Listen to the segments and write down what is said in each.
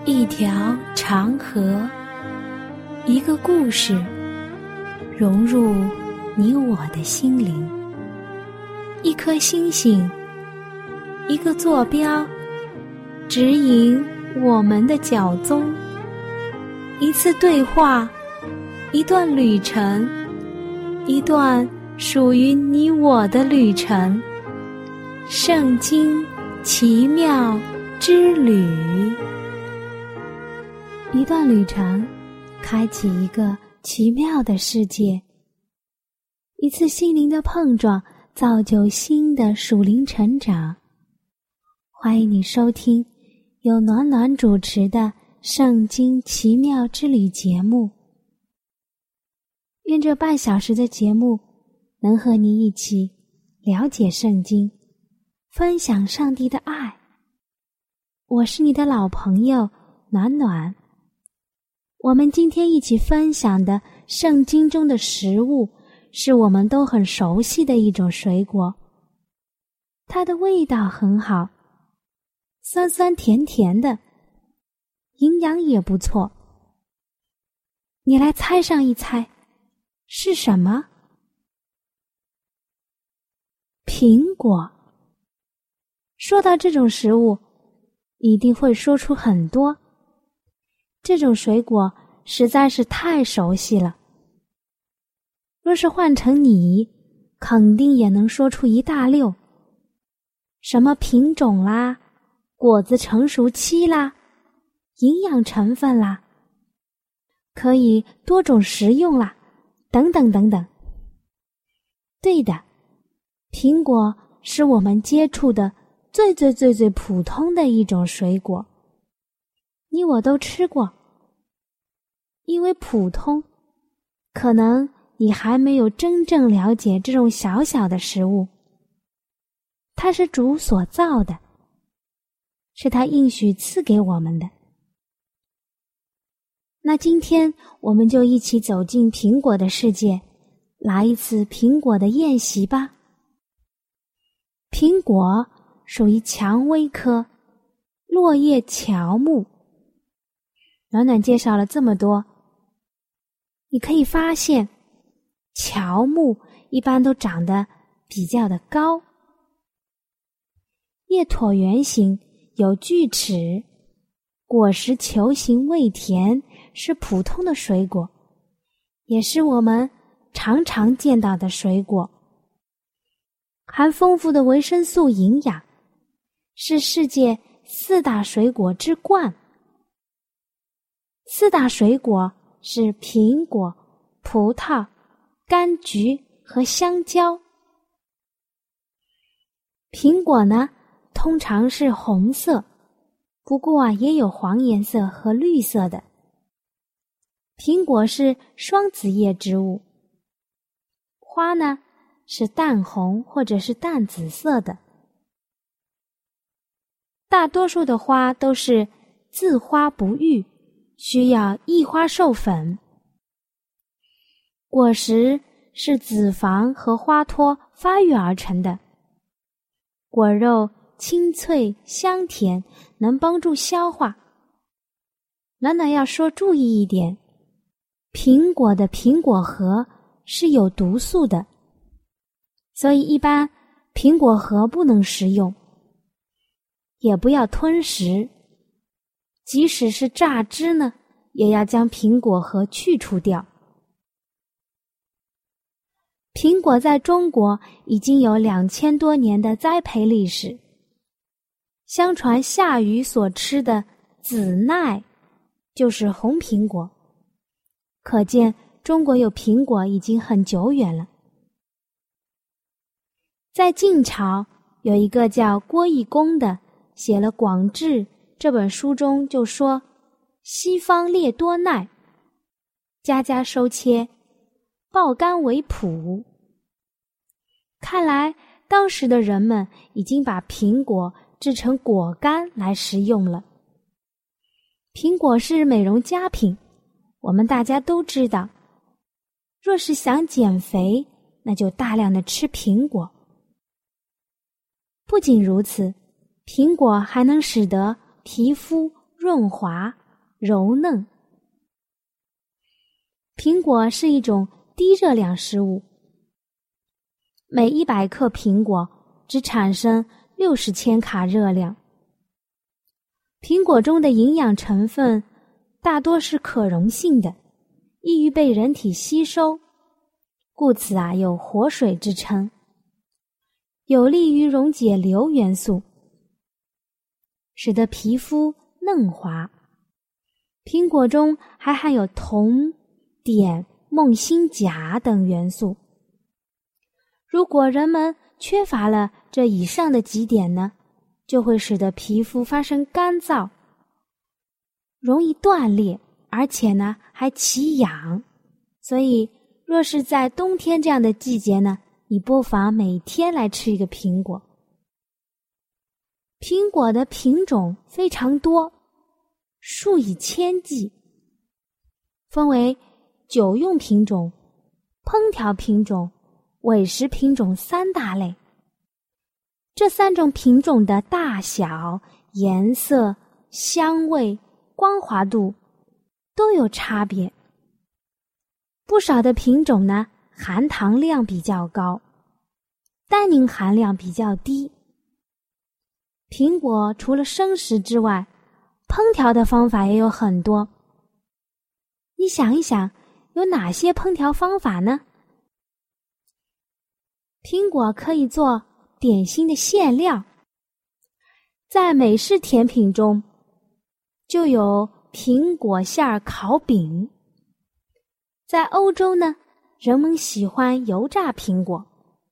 一条长河，一个故事，融入你我的心灵。一颗星星，一个坐标，指引我们的脚踪。一次对话，一段旅程，一段属于你我的旅程。圣经奇妙之旅。一段旅程，开启一个奇妙的世界。一次心灵的碰撞，造就新的属灵成长。欢迎你收听由暖暖主持的圣经奇妙之旅节目。愿这半小时的节目能和你一起了解圣经，分享上帝的爱。我是你的老朋友暖暖。我们今天一起分享的圣经中的食物，是我们都很熟悉的一种水果。它的味道很好，酸酸甜甜的，营养也不错。你来猜上一猜，是什么？苹果。说到这种食物，一定会说出很多。这种水果实在是太熟悉了。若是换成你，肯定也能说出一大溜。什么品种啦，果子成熟期啦，营养成分啦，可以多种食用啦，等等等等。对的，苹果是我们接触的最普通的一种水果。你我都吃过。因为普通，可能你还没有真正了解这种小小的食物。它是主所造的，是他应许赐给我们的。那今天我们就一起走进苹果的世界，来一次苹果的宴席吧。苹果属于蔷薇科落叶乔木。暖暖介绍了这么多，你可以发现乔木一般都长得比较的高，叶椭圆形，有锯齿，果实球形，味甜，是普通的水果，也是我们常常见到的水果，含丰富的维生素营养，是世界4大水果之冠。4大水果是苹果、葡萄、柑橘和香蕉。苹果呢，通常是红色，不过也有黄颜色和绿色的。苹果是双子叶植物，花呢是淡红或者是淡紫色的。大多数的花都是自花不育，需要异花授粉。果实是子房和花托发育而成的，果肉清脆香甜，能帮助消化。暖暖要说注意一点，苹果的苹果核是有毒素的，所以一般苹果核不能食用，也不要吞食。即使是榨汁呢，也要将苹果核去除掉。苹果在中国已经有2000多年的栽培历史。相传夏禹所吃的紫柰就是红苹果，可见中国有苹果已经很久远了。在晋朝有一个叫郭义公的，写了《广志》这本书中就说，西方列多柰，家家收切，爆干为朴。看来当时的人们已经把苹果制成果干来食用了。苹果是美容佳品，我们大家都知道。若是想减肥，那就大量的吃苹果。不仅如此，苹果还能使得皮肤润滑、柔嫩。苹果是一种低热量食物，每100克苹果只产生60千卡热量。苹果中的营养成分大多是可溶性的，易于被人体吸收，故此有活水之称，有利于溶解硫元素，使得皮肤嫩滑。苹果中还含有铜、碘、锰、锌、钾等元素。如果人们缺乏了这以上的几点呢，就会使得皮肤发生干燥，容易断裂，而且呢还起痒。所以若是在冬天这样的季节呢，你不妨每天来吃一个苹果。苹果的品种非常多，数以千计，分为酒用品种、烹调品种、伪食品种3大类。这3种品种的大小、颜色、香味、光滑度都有差别。不少的品种呢，含糖量比较高，单宁含量比较低。苹果除了生食之外，烹调的方法也有很多。你想一想，有哪些烹调方法呢？苹果可以做点心的馅料，在美式甜品中就有苹果馅烤饼。在欧洲呢，人们喜欢油炸苹果。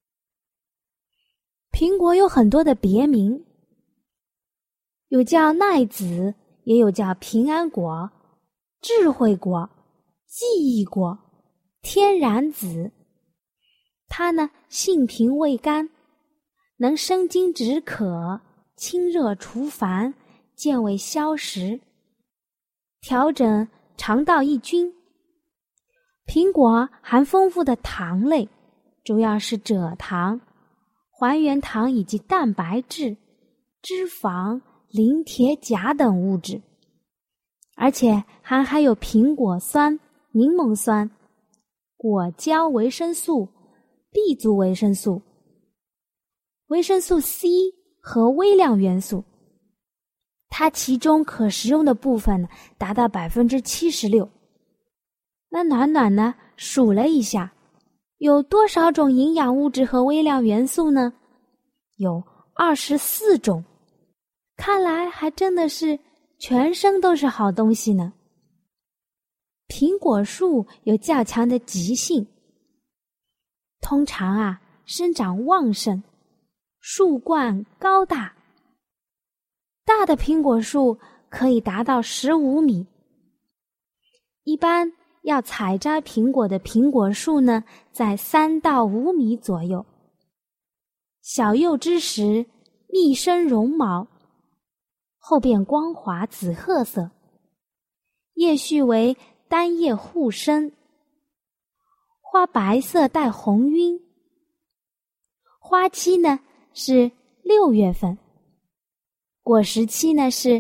苹果有很多的别名，有叫奈子，也有叫平安果、智慧果、记忆果、天然子。它呢，性平味甘，能生津止渴、清热除烦、健胃消食、调整肠道益菌。苹果含丰富的糖类，主要是蔗糖、还原糖以及蛋白质、脂肪、磷、铁、钾等物质，而且还含有苹果酸、柠檬酸、果胶维生素、B 族维生素、维生素 C 和微量元素。它其中可食用的部分达到 76%。那暖暖呢，数了一下，有多少种营养物质和微量元素呢？有24种。看来还真的是全身都是好东西呢。苹果树有较强的极性，通常生长旺盛，树冠高大。大的苹果树可以达到15米。一般要采摘苹果的苹果树呢，在3到5米左右。小幼之时，密生绒毛，后变光滑紫褐色，叶序为单叶互生，花白色带红晕。花期呢是6月份，果实期呢是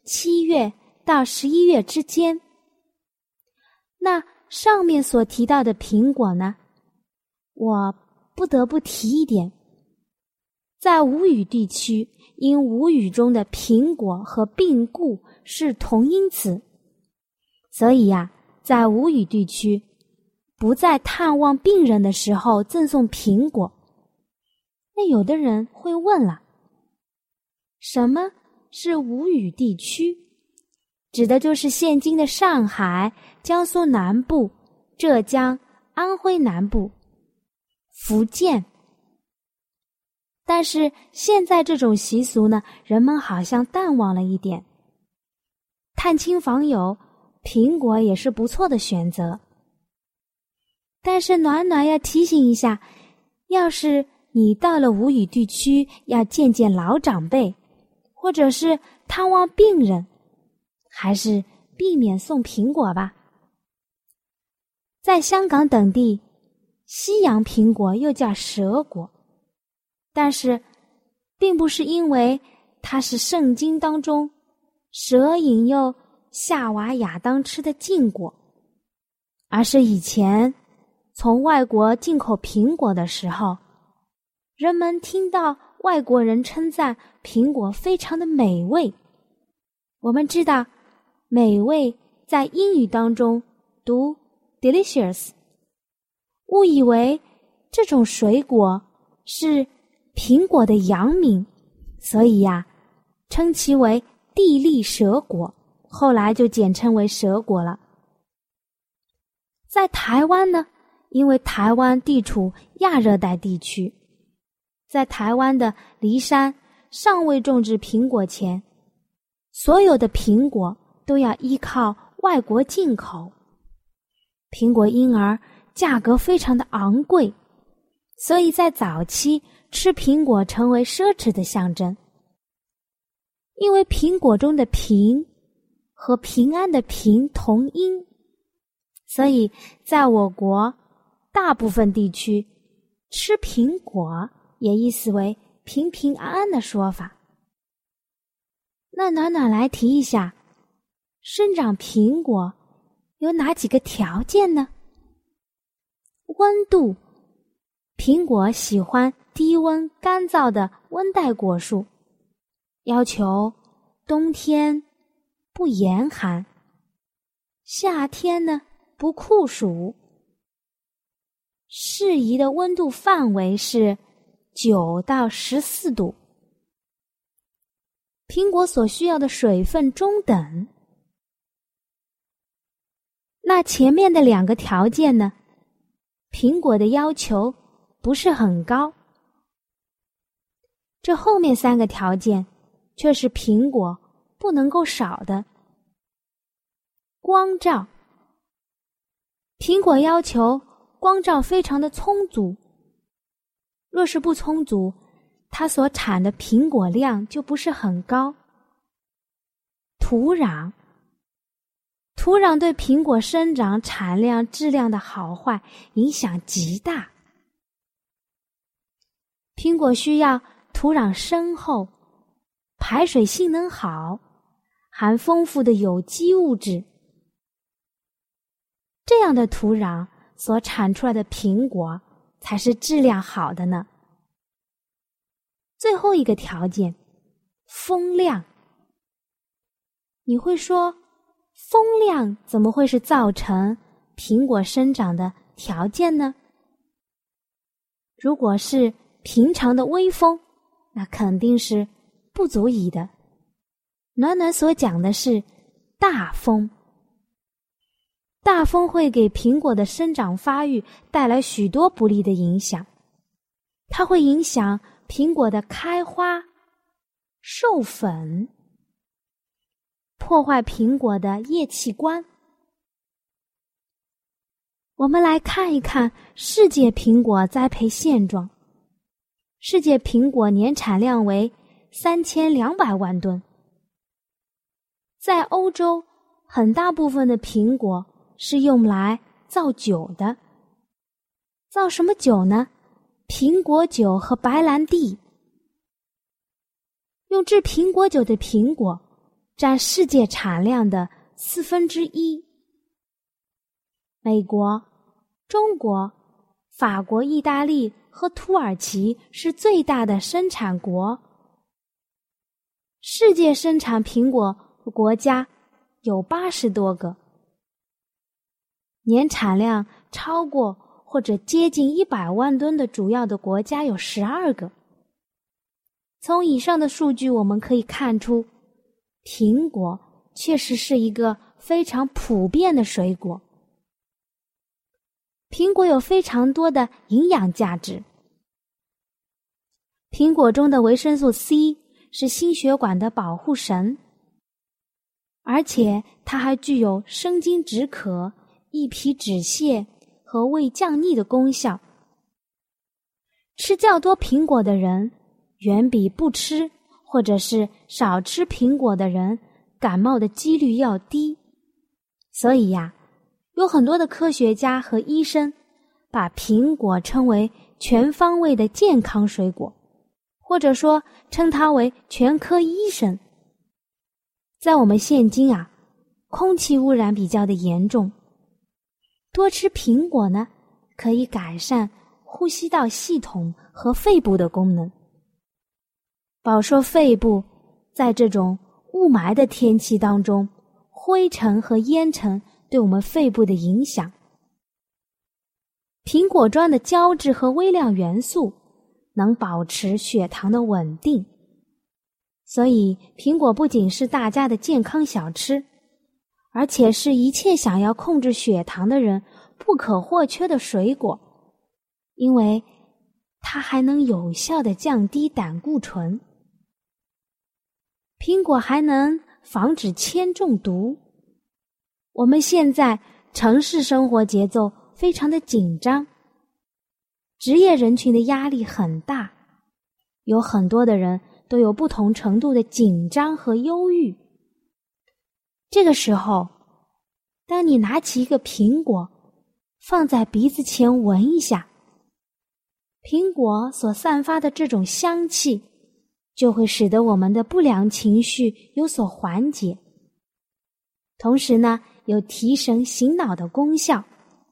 7月到11月之间。那上面所提到的苹果呢，我不得不提一点，在吴语地区，因吴语中的苹果和病故是同音词，所以在吴语地区，不在探望病人的时候赠送苹果。那有的人会问了，什么是吴语地区？指的就是现今的上海、江苏南部、浙江、安徽南部、福建。但是现在这种习俗呢，人们好像淡忘了一点。探亲访友，苹果也是不错的选择。但是暖暖要提醒一下，要是你到了吴语地区，要见见老长辈，或者是探望病人，还是避免送苹果吧。在香港等地，西洋苹果又叫蛇果，但是并不是因为它是圣经当中蛇引诱夏娃亚当吃的禁果，而是以前从外国进口苹果的时候，人们听到外国人称赞苹果非常的美味。我们知道美味在英语当中读 delicious， 误以为这种水果是苹果的洋名，所以称其为地利蛇果，后来就简称为蛇果了。在台湾呢，因为台湾地处亚热带地区，在台湾的梨山尚未种植苹果前，所有的苹果都要依靠外国进口，苹果因而价格非常的昂贵，所以在早期吃苹果成为奢侈的象征。因为苹果中的平和平安的平同音，所以在我国大部分地区吃苹果也意思为平平安安的说法。那暖暖来提一下，生长苹果有哪几个条件呢？温度，苹果喜欢低温干燥的温带果树，要求冬天不严寒，夏天呢不酷暑，适宜的温度范围是9到14度。苹果所需要的水分中等。那前面的2个条件呢，苹果的要求不是很高。这后面3个条件却是苹果不能够少的。光照，苹果要求光照非常的充足，若是不充足，它所产的苹果量就不是很高。土壤，土壤对苹果生长产量质量的好坏影响极大。苹果需要土壤深厚，排水性能好，含丰富的有机物质，这样的土壤所产出来的苹果才是质量好的呢。最后一个条件，风量。你会说，风量怎么会是造成苹果生长的条件呢？如果是平常的微风，那肯定是不足以的。暖暖所讲的是大风。大风会给苹果的生长发育带来许多不利的影响，它会影响苹果的开花、授粉，破坏苹果的叶器官。我们来看一看世界苹果栽培现状。世界苹果年产量为3200万吨。在欧洲，很大部分的苹果是用来造酒的。造什么酒呢？苹果酒和白兰地。用制苹果酒的苹果占世界产量的1/4。美国、中国、法国、意大利和土耳其是最大的生产国。世界生产苹果国家有80多个，年产量超过或者接近100万吨的主要的国家有12个。从以上的数据我们可以看出，苹果确实是一个非常普遍的水果。苹果有非常多的营养价值。苹果中的维生素 C 是心血管的保护神，而且它还具有生津止渴、益脾止泻和胃降逆的功效。吃较多苹果的人远比不吃或者是少吃苹果的人感冒的几率要低。所以有很多的科学家和医生把苹果称为全方位的健康水果，或者说称它为全科医生。 在我们现今空气污染比较的严重，多吃苹果呢，可以改善呼吸道系统和肺部的功能。饱受肺部在这种雾霾的天气当中，灰尘和烟尘对我们肺部的影响。苹果中的胶质和微量元素能保持血糖的稳定，所以苹果不仅是大家的健康小吃，而且是一切想要控制血糖的人不可或缺的水果，因为它还能有效地降低胆固醇。苹果还能防止铅中毒。我们现在城市生活节奏非常的紧张，职业人群的压力很大，有很多的人都有不同程度的紧张和忧郁。这个时候，当你拿起一个苹果，放在鼻子前闻一下，苹果所散发的这种香气，就会使得我们的不良情绪有所缓解，同时呢，有提神醒脑的功效。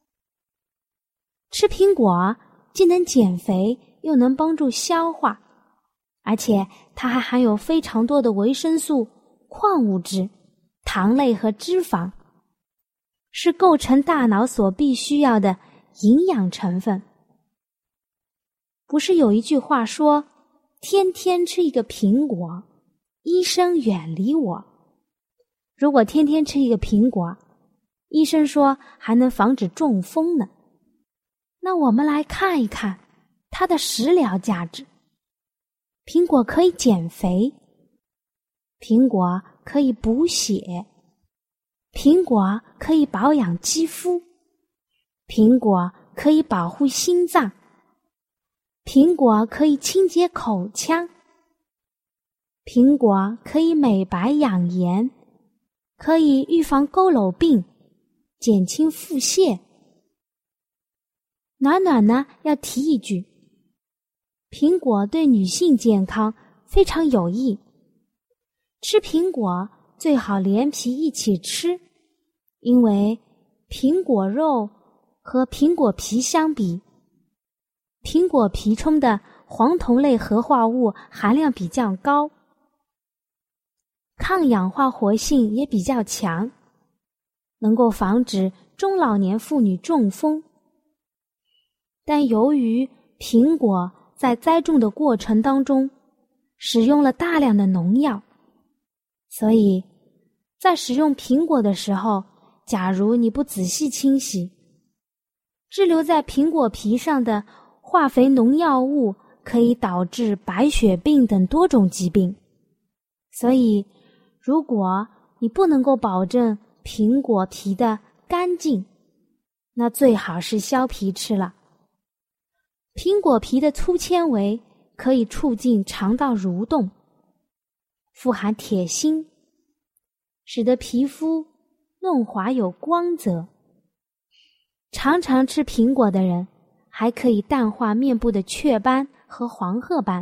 吃苹果既能减肥，又能帮助消化，而且它还含有非常多的维生素、矿物质、糖类和脂肪，是构成大脑所必须要的营养成分。不是有一句话说，天天吃一个苹果，医生远离我。如果天天吃一个苹果，医生说还能防止中风呢。那我们来看一看它的食疗价值。苹果可以减肥，苹果可以补血，苹果可以保养肌肤，苹果可以保护心脏，苹果可以清洁口腔，苹果可以美白养颜，可以预防佝偻病，减轻腹泻。暖暖呢，要提一句，苹果对女性健康非常有益，吃苹果最好连皮一起吃，因为苹果肉和苹果皮相比，苹果皮中的黄酮类合化物含量比较高，抗氧化活性也比较强，能够防止中老年妇女中风。但由于苹果在栽种的过程当中使用了大量的农药，所以在使用苹果的时候，假如你不仔细清洗，滞留在苹果皮上的化肥农药物可以导致白血病等多种疾病。所以如果你不能够保证苹果皮的干净，那最好是削皮吃了。苹果皮的粗纤维可以促进肠道蠕动，富含铁锌，使得皮肤嫩滑有光泽。常常吃苹果的人还可以淡化面部的雀斑和黄褐斑，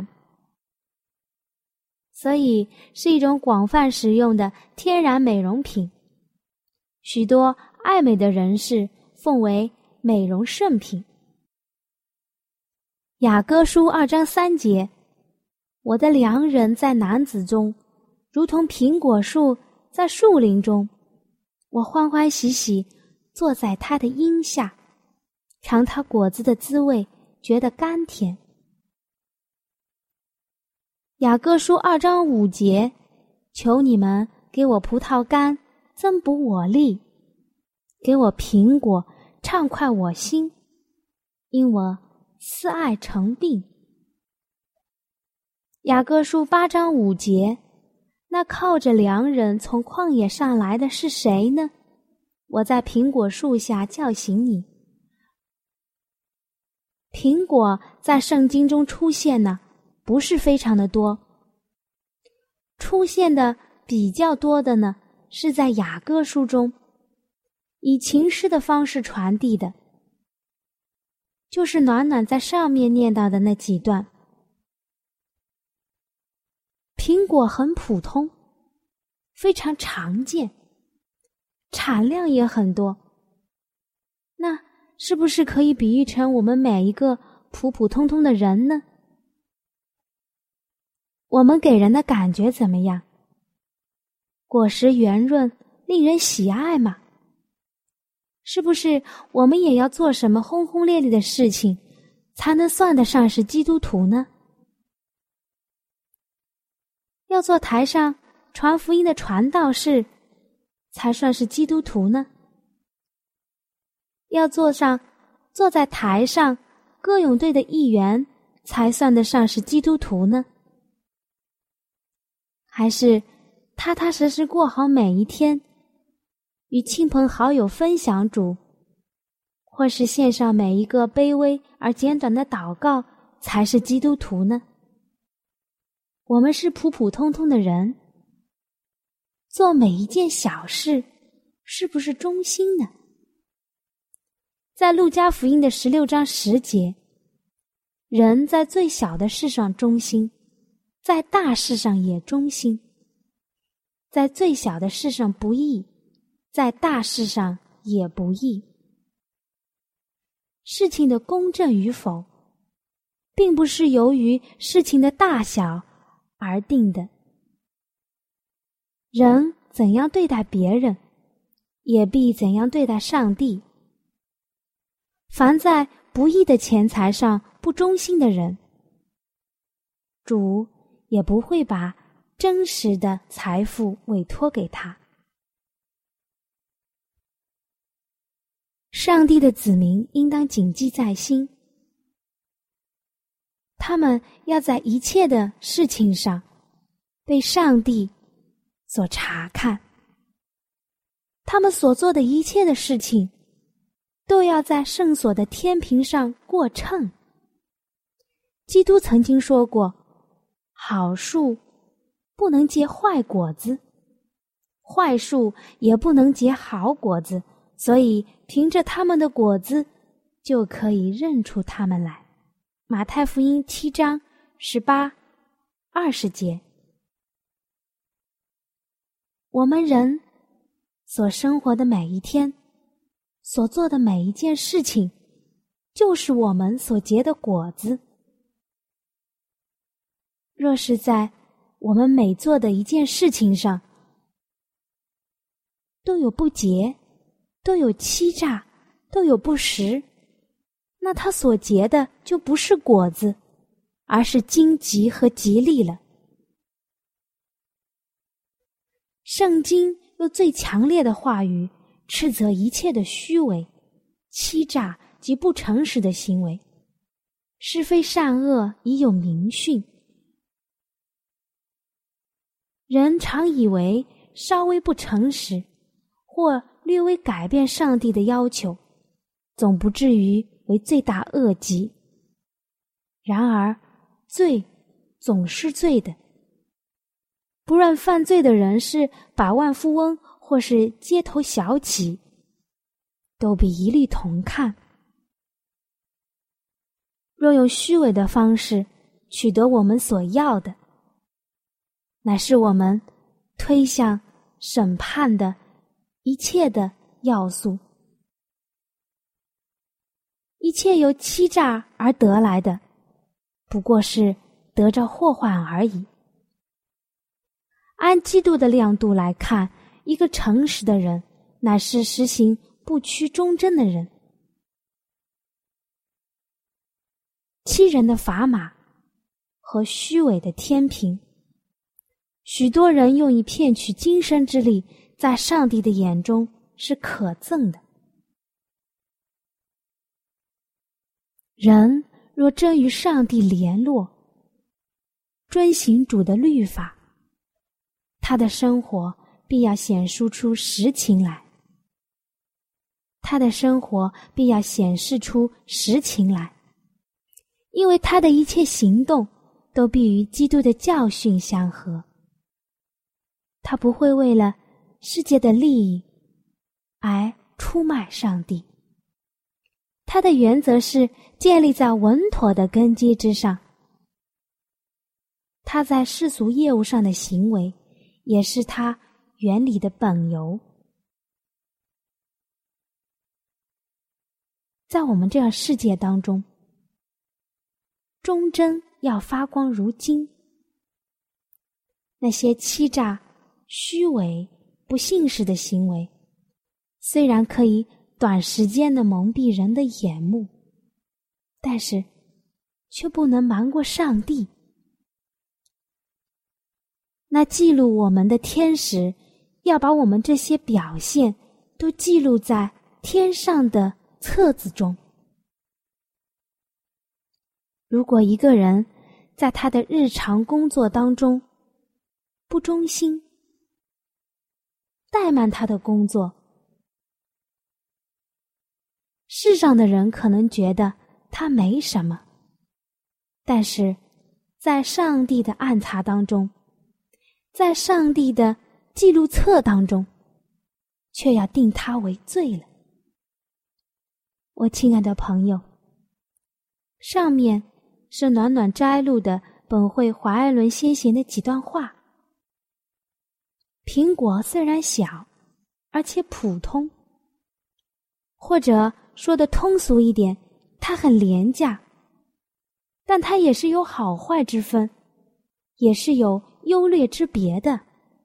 所以是一种广泛使用的天然美容品。许多爱美的人士奉为美容圣品。雅歌书2章3节，我的良人在男子中，如同苹果树在树林中，我欢欢喜喜坐在他的荫下，尝他果子的滋味，觉得甘甜。雅歌书2章5节，求你们给我葡萄干，增补我力，给我苹果，畅快我心，因我思爱成病。雅歌书8章5节，那靠着良人从旷野上来的是谁呢？我在苹果树下叫醒你。苹果在圣经中出现呢，不是非常的多，出现的比较多的呢，是在雅歌书中，以情诗的方式传递的，就是暖暖在上面念到的那几段。苹果很普通， 非常常见，产量也很多。那是不是可以比喻成我们每一个普普通通的人呢？我们给人的感觉怎么样？果实圆润，令人喜爱吗？是不是我们也要做什么轰轰烈烈的事情，才能算得上是基督徒呢？要做台上传福音的传道士，才算是基督徒呢？要坐在台上歌咏队的一员，才算得上是基督徒呢？还是踏踏实实过好每一天，与亲朋好友分享主，或是献上每一个卑微而简短的祷告，才是基督徒呢？我们是普普通通的人，做每一件小事，是不是忠心呢？在路加福音的16章10节，人在最小的事上忠心，在大事上也忠心，在最小的事上不义，在大事上也不义。事情的公正与否，并不是由于事情的大小而定的。人怎样对待别人，也必怎样对待上帝。凡在不义的钱财上不忠心的人，主也不会把真实的财富委托给他。上帝的子民应当谨记在心，他们要在一切的事情上被上帝所查看，他们所做的一切的事情都要在圣所的天平上过秤。基督曾经说过，好树不能结坏果子，坏树也不能结好果子，所以凭着他们的果子就可以认出他们来。马太福音7章18、20节。我们人所生活的每一天，所做的每一件事情，就是我们所结的果子。若是在我们每做的一件事情上都有不洁，都有欺诈，都有不实，那它所结的就不是果子，而是荆棘和蒺藜了。圣经用最强烈的话语斥责一切的虚伪、欺诈及不诚实的行为，是非善恶已有明训。人常以为稍微不诚实，或略微改变上帝的要求，总不至于为罪大恶极。然而，罪总是罪的。不论犯罪的人是百万富翁或是街头小乞，都必一律同看。若用虚伪的方式取得我们所要的，乃是我们推向审判的一切的要素。一切由欺诈而得来的，不过是得着祸患而已。按基督的亮度来看，一个诚实的人乃是实行不屈忠贞的人。欺人的砝码和虚伪的天平，许多人用以骗取今生之力，在上帝的眼中是可憎的。人若真与上帝联络，遵行主的律法，他的生活必要显示出实情来。他的生活必要显示出实情来，因为他的一切行动都必与基督的教训相合。他不会为了世界的利益而出卖上帝，他的原则是建立在稳妥的根基之上。他在世俗业务上的行为，也是他原理的本由。在我们这样世界当中，忠贞要发光如金，那些欺诈、虚伪、不信实的行为，虽然可以短时间的蒙蔽人的眼目，但是却不能瞒过上帝。那记录我们的天使要把我们这些表现都记录在天上的册子中。如果一个人在他的日常工作当中不忠心，怠慢他的工作，世上的人可能觉得他没什么，但是在上帝的暗查当中，在上帝的记录册当中，却要定他为罪了。我亲爱的朋友，上面是暖暖摘录的本会华爱伦先贤的几段话。苹果虽然小，而且普通，或者说的通俗一点，它很廉价，但它也是有好坏之分，也是有优劣之别的。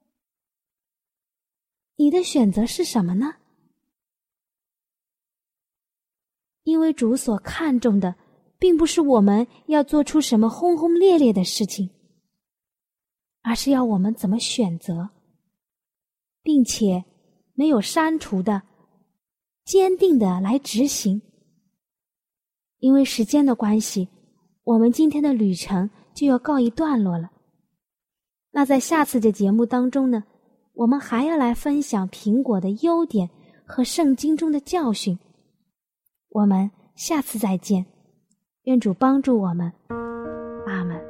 你的选择是什么呢？因为主所看重的并不是我们要做出什么轰轰烈烈的事情，而是要我们怎么选择，并且没有删除的坚定的来执行。因为时间的关系，我们今天的旅程就要告一段落了。那在下次的节目当中呢，我们还要来分享苹果的优点和圣经中的教训。我们下次再见，愿主帮助我们，阿们。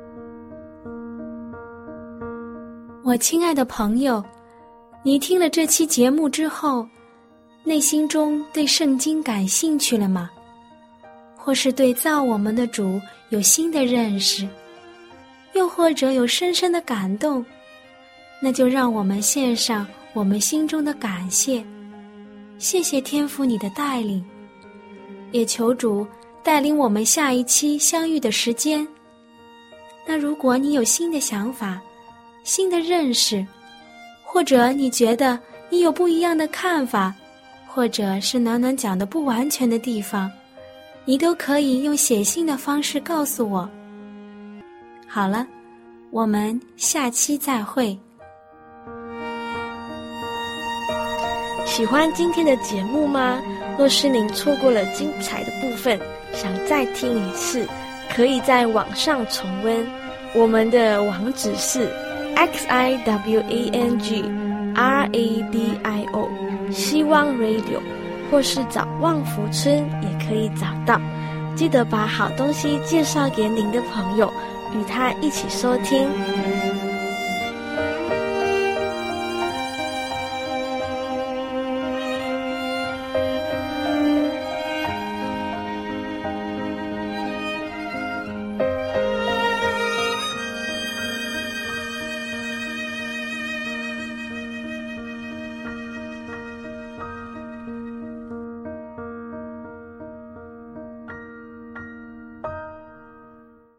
我亲爱的朋友，你听了这期节目之后，内心中对圣经感兴趣了吗？或是对造我们的主有新的认识，又或者有深深的感动，那就让我们献上我们心中的感谢。谢谢天父你的带领，也求主带领我们下一期相遇的时间。那如果你有新的想法、新的认识，或者你觉得你有不一样的看法，或者是暖暖讲的不完全的地方，你都可以用写信的方式告诉我。好了，我们下期再会。 喜欢今天的节目吗？若是您错过了精彩的部分，想再听一次，可以在网上重温。我们的网址是 xiwangradio 希望 Radio， 或是找旺福村也可以找到。记得把好东西介绍给您的朋友，与他一起收听。